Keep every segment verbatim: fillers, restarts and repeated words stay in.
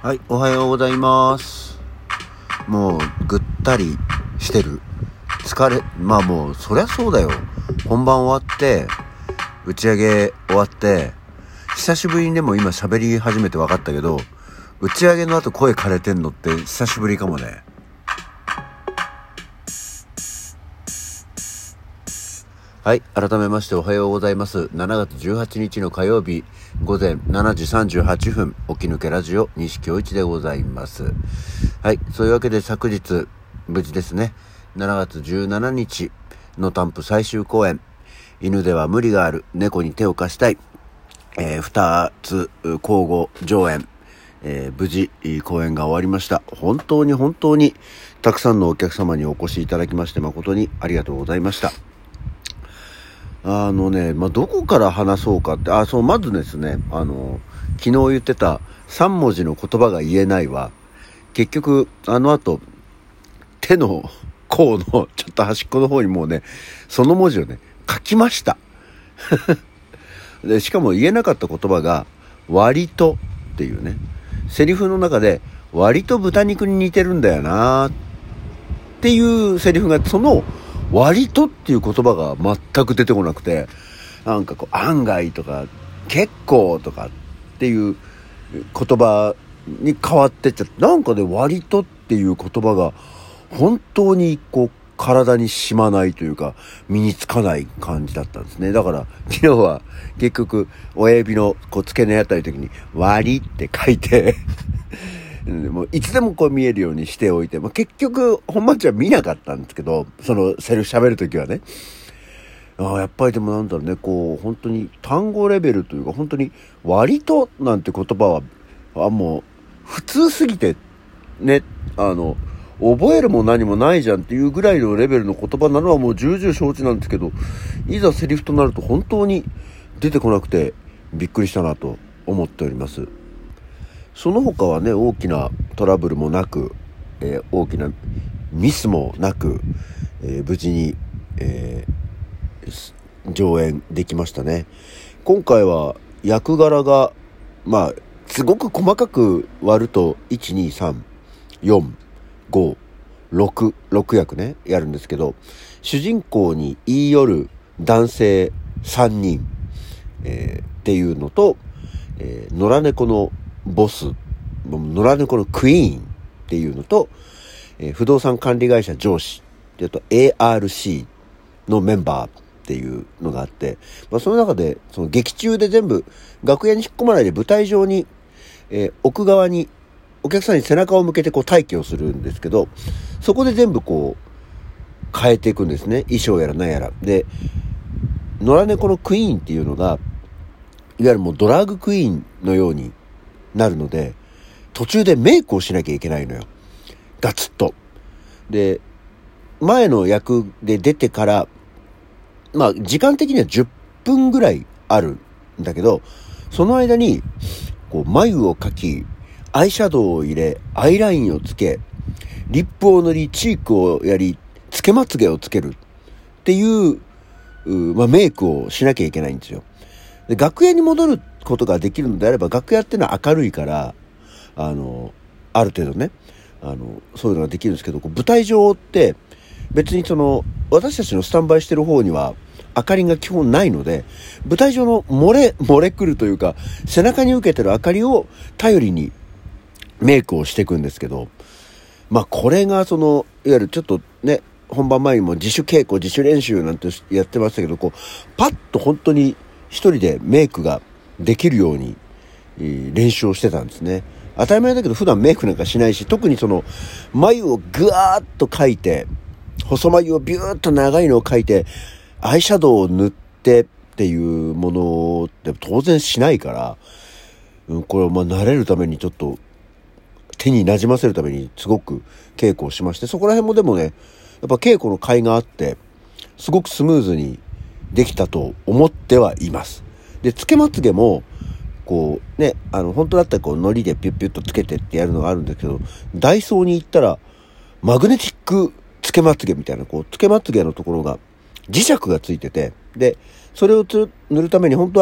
はい、おはようございます。もうぐったりしてる。疲れ、まあもうそりゃそうだよ。本番終わって打ち上げ終わって久しぶりにでも今喋り始めて分かったけど、打ち上げの後声枯れてんのって久しぶりかもね。はい、改めましておはようございます。しちがつじゅうはちにちの火曜日午前しちじさんじゅうはっぷん、起き抜けラジオ西京一でございます。はい、そういうわけで昨日無事ですね、しちがつじゅうしちにちのタンプ最終公演、犬では無理がある、猫に手を貸したい、えー、ふたつ交互上演、えー、無事公演が終わりました。本当に本当にたくさんのお客様にお越しいただきまして誠にありがとうございました。あのね、まあ、どこから話そうかって、あ、そう、まずですね、あの、昨日言ってたさんもじの言葉が言えないは、結局、あの後、手の甲のちょっと端っこの方にもうね、その文字をね、書きました。で、しかも言えなかった言葉が、割とっていうね、セリフの中で、割と豚肉に似てるんだよなっていうセリフが、その、割とっていう言葉が全く出てこなくて、なんかこう案外とか結構とかっていう言葉に変わってっちゃって、なんかね、割とっていう言葉が本当にこう体に染まないというか身につかない感じだったんですね。だから昨日は結局親指のこう付け根あたりの時に割って書いてもういつでもこう見えるようにしておいて、まあ、結局本番中は見なかったんですけど、そのセリフ喋るときはね、ああやっぱりでもなんだろうね、こう本当に単語レベルというか、本当に割となんて言葉はあもう普通すぎてね、あの覚えるも何もないじゃんっていうぐらいのレベルの言葉なのはもう重々承知なんですけど、いざセリフとなると本当に出てこなくてびっくりしたなと思っております。その他はね、大きなトラブルもなく、えー、大きなミスもなく、えー、無事に、えー、上演できましたね。今回は役柄が、まあ、すごく細かく割ると、いち、に、さん、よん、ご、ろく、ろく役ね、やるんですけど、主人公に言い寄る男性さんにん、えー、っていうのと、えー、野良猫のボス、野良猫のクイーンっていうのと、えー、不動産管理会社上司っていうと エーアールシー のメンバーっていうのがあって、まあ、その中でその劇中で全部楽屋に引っ込まないで舞台上に、えー、奥側にお客さんに背中を向けてこう待機をするんですけど、そこで全部こう変えていくんですね、衣装やら何やらで。野良猫のクイーンっていうのがいわゆるもうドラァグクイーンのようになるので、途中でメイクをしなきゃいけないのよ、ガツッと。で、前の役で出てからまあ時間的にはじゅっぷんぐらいあるんだけど、その間にこう眉を描き、アイシャドウを入れ、アイラインをつけ、リップを塗り、チークをやり、つけまつげをつけるっていう、うまあ、メイクをしなきゃいけないんですよ。で、楽屋に戻ることができるのであれば、楽屋ってのは明るいから、あの、ある程度ね、あの、そういうのができるんですけど、こう舞台上って別にその、私たちのスタンバイしてる方には明かりが基本ないので、舞台上の漏れ、漏れ来るというか、背中に受けてる明かりを頼りにメイクをしていくんですけど、まあこれがその、いわゆるちょっとね、本番前にも自主稽古、自主練習なんてやってましたけど、こう、パッと本当に一人でメイクができるように、えー、練習をしてたんですね。当たり前だけど普段メイクなんかしないし、特にその眉をぐわーっと描いて、細眉をビューッと長いのを描いて、アイシャドウを塗ってっていうものって当然しないから、うん、これをまあ慣れるためにちょっと手に馴染ませるためにすごく稽古をしまして、そこら辺もでもね、やっぱ稽古の甲斐があって、すごくスムーズにできたと思ってはいます。で、つけまつげも、こうね、あの、本当だったらこう、糊でピュッピュッとつけてってやるのがあるんですけど、ダイソーに行ったら、マグネティックつけまつげみたいな、こう、つけまつげのところが磁石がついてて、で、それをつ塗るために本当は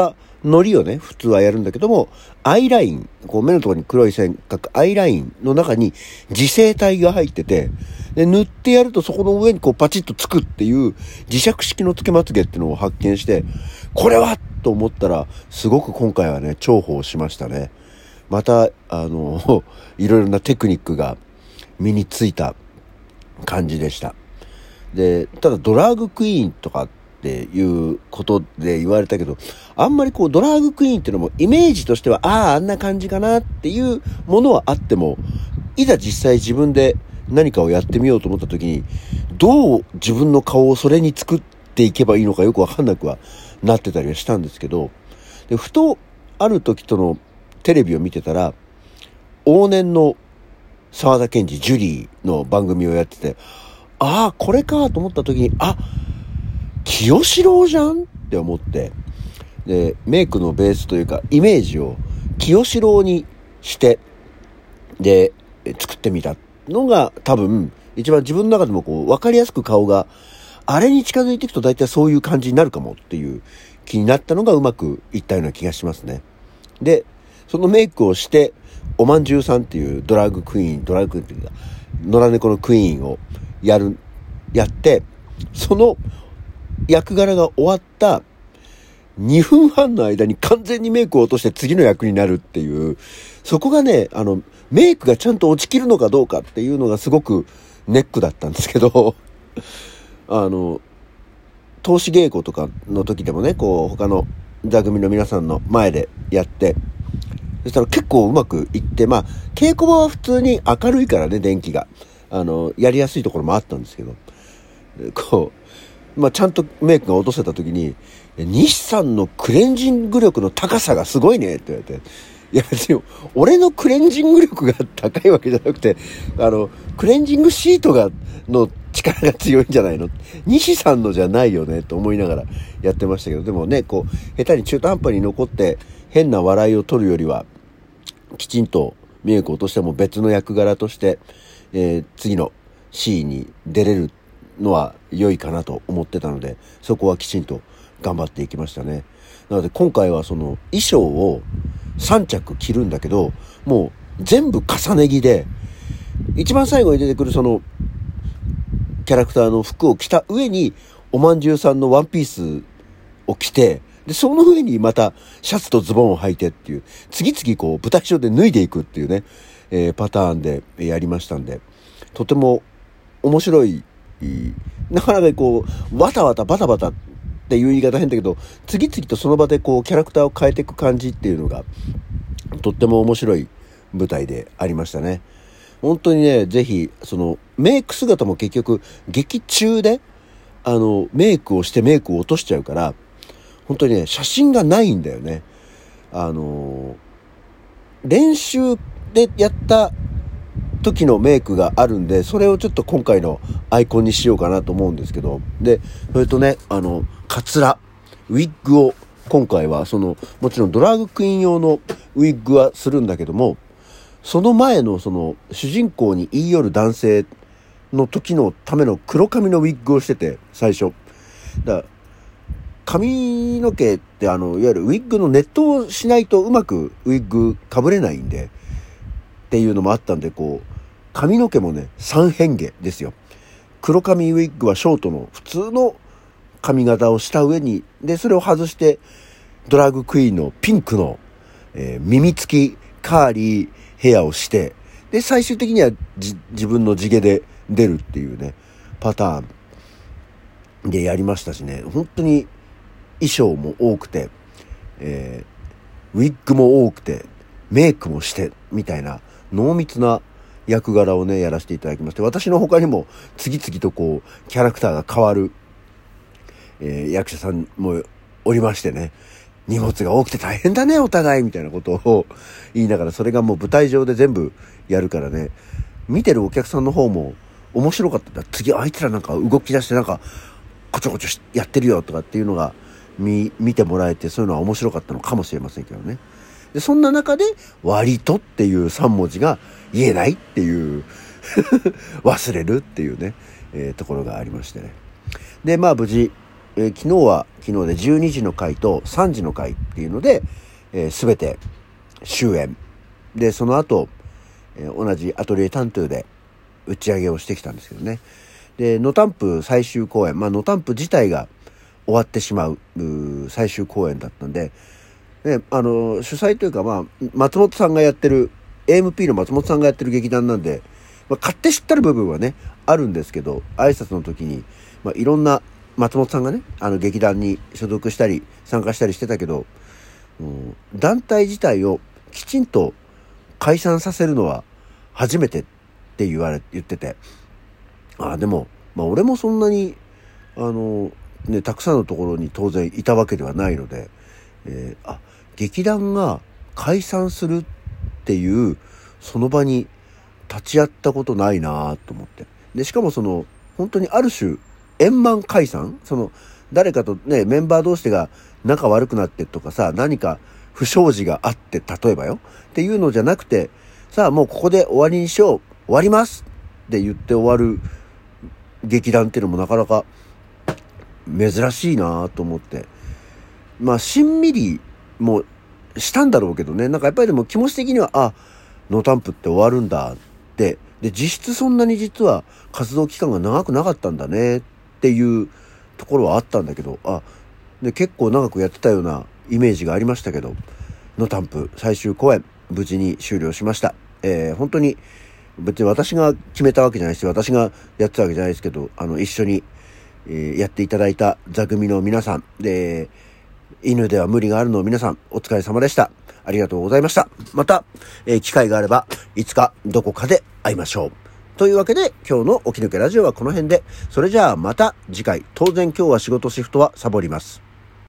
ノリをね、普通はやるんだけども、アイライン、こう目のところに黒い線描くアイラインの中に磁性体が入ってて、で、塗ってやるとそこの上にこうパチッとつくっていう磁石式のつけまつげっていうのを発見して、これはと思ったら、すごく今回はね、重宝しましたね。また、あの、いろいろなテクニックが身についた感じでした。で、ただドラァグクイーンとかっていうことで言われたけど、あんまりこうドラァグクイーンっていうのもイメージとしては、ああ、あんな感じかなっていうものはあっても、いざ実際自分で何かをやってみようと思った時に、どう自分の顔をそれに作っていけばいいのかよくわかんなくはなってたりはしたんですけど、で、ふとある時とのテレビを見てたら、往年の沢田研二ジュリーの番組をやってて、ああ、これかと思った時に、あ、清志郎じゃんって思って、で、メイクのベースというか、イメージを清志郎にして、で、作ってみたのが多分、一番自分の中でもこう、わかりやすく顔が、あれに近づいていくと大体そういう感じになるかもっていう気になったのがうまくいったような気がしますね。で、そのメイクをして、おまんじゅうさんっていうドラッグクイーン、ドラッグクイーンっていうか、野良猫のクイーンをやる、やって、その役柄が終わったにふんはんの間に完全にメイクを落として次の役になるっていう、そこがね、あの、メイクがちゃんと落ちきるのかどうかっていうのがすごくネックだったんですけど、あの、通し稽古とかの時でもね、こう、他の座組の皆さんの前でやって、そしたら結構うまくいって、まあ、稽古場は普通に明るいからね、電気が。あの、やりやすいところもあったんですけど、こう、まあ、ちゃんとメイクが落とせた時に、西さんのクレンジング力の高さがすごいねって言われて、いや別に俺のクレンジング力が高いわけじゃなくて、あの、クレンジングシートが、の力が強いんじゃないの？西さんのじゃないよねと思いながらやってましたけど、でもね、こう、下手に中途半端に残って変な笑いを取るよりは、きちんとメイクを落としても別の役柄として、えー、次のシーンに出れるのは良いかなと思ってたので、そこはきちんと頑張っていきましたね。なので今回はその衣装をさん着着るんだけど、もう全部重ね着で、一番最後に出てくるそのキャラクターの服を着た上におまんじゅうさんのワンピースを着て、でその上にまたシャツとズボンを履いてっていう、次々こう舞台上で脱いでいくっていうね、えー、パターンでやりましたんで、とても面白い、なかなかこうわたわたバタバタっていう言い方変だけど、次々とその場でこうキャラクターを変えていく感じっていうのがとっても面白い舞台でありましたね。本当にね、ぜひそのメイク姿も結局劇中であのメイクをしてメイクを落としちゃうから、本当にね、写真がないんだよね。あの練習でやった時のメイクがあるんで、それをちょっと今回のアイコンにしようかなと思うんですけど、でそれとね、あのカツラウィッグを今回はそのもちろんドラァグクイーン用のウィッグはするんだけども、その前のその主人公に言い寄る男性の時のための黒髪のウィッグをしてて、最初だから髪の毛ってあのいわゆるウィッグのネットをしないとうまくウィッグ被れないんでっていうのもあったんで、こう髪の毛もね三変化ですよ。黒髪ウィッグはショートの普通の髪型をした上に、でそれを外してドラッグクイーンのピンクの、えー、耳付きカーリーヘアをして、で最終的にはじ自分の地毛で出るっていうねパターンでやりましたしね、本当に衣装も多くて、えー、ウィッグも多くてメイクもしてみたいな濃密な役柄をねやらせていただきまして、私の他にも次々とこうキャラクターが変わる、えー、役者さんもおりましてね、荷物が多くて大変だねお互いみたいなことを言いながら、それがもう舞台上で全部やるからね、見てるお客さんの方も面白かった。次あいつらなんか動き出してなんかこちょこちょやってるよとかっていうのが見見てもらえて、そういうのは面白かったのかもしれませんけどね。でそんな中で割とっていうさん文字が言えないっていう忘れるっていうね、えー、ところがありましてね。でまあ無事えー、昨日は昨日でじゅうにじの回とさんじの回っていうので、えー、全て終演で、その後、えー、同じアトリエタントゥで打ち上げをしてきたんですけどね。で、ノタンプ最終公演、まあノタンプ自体が終わってしまう、う最終公演だったんで、ね、あの主催というか、まあ松本さんがやってる エーエムピー の松本さんがやってる劇団なんで、まあ、勝手知ったる部分はねあるんですけど、挨拶の時に、まあ、いろんな松本さんがねあの劇団に所属したり参加したりしてたけど、うん、団体自体をきちんと解散させるのは初めてって言われ言ってて、あでも、まあ、俺もそんなにあの、ね、たくさんのところに当然いたわけではないので、えー、あ劇団が解散するっていうその場に立ち会ったことないなと思って、でしかもその本当にある種円満解散、その誰かとねメンバー同士が仲悪くなってとかさ、何か不祥事があって例えばよっていうのじゃなくて、さあもうここで終わりにしよう、終わりますって言って終わる劇団っていうのもなかなか珍しいなと思って、まあしんみりもしたんだろうけどね、なんかやっぱりでも気持ち的にはあノータンプって終わるんだって、で実質そんなに実は活動期間が長くなかったんだねっていうところはあったんだけど、あで結構長くやってたようなイメージがありましたけど、ノータンプ最終公演無事に終了しました。えー、本当に別に私が決めたわけじゃないし、私がやってたわけじゃないですけど、あの一緒に、えー、やっていただいた座組の皆さんで、犬では無理があるの皆さんお疲れ様でした。ありがとうございました。また、えー、機会があればいつかどこかで会いましょう。というわけで今日の起き抜けラジオはこの辺で、それじゃあまた次回。当然今日は仕事シフトはサボります。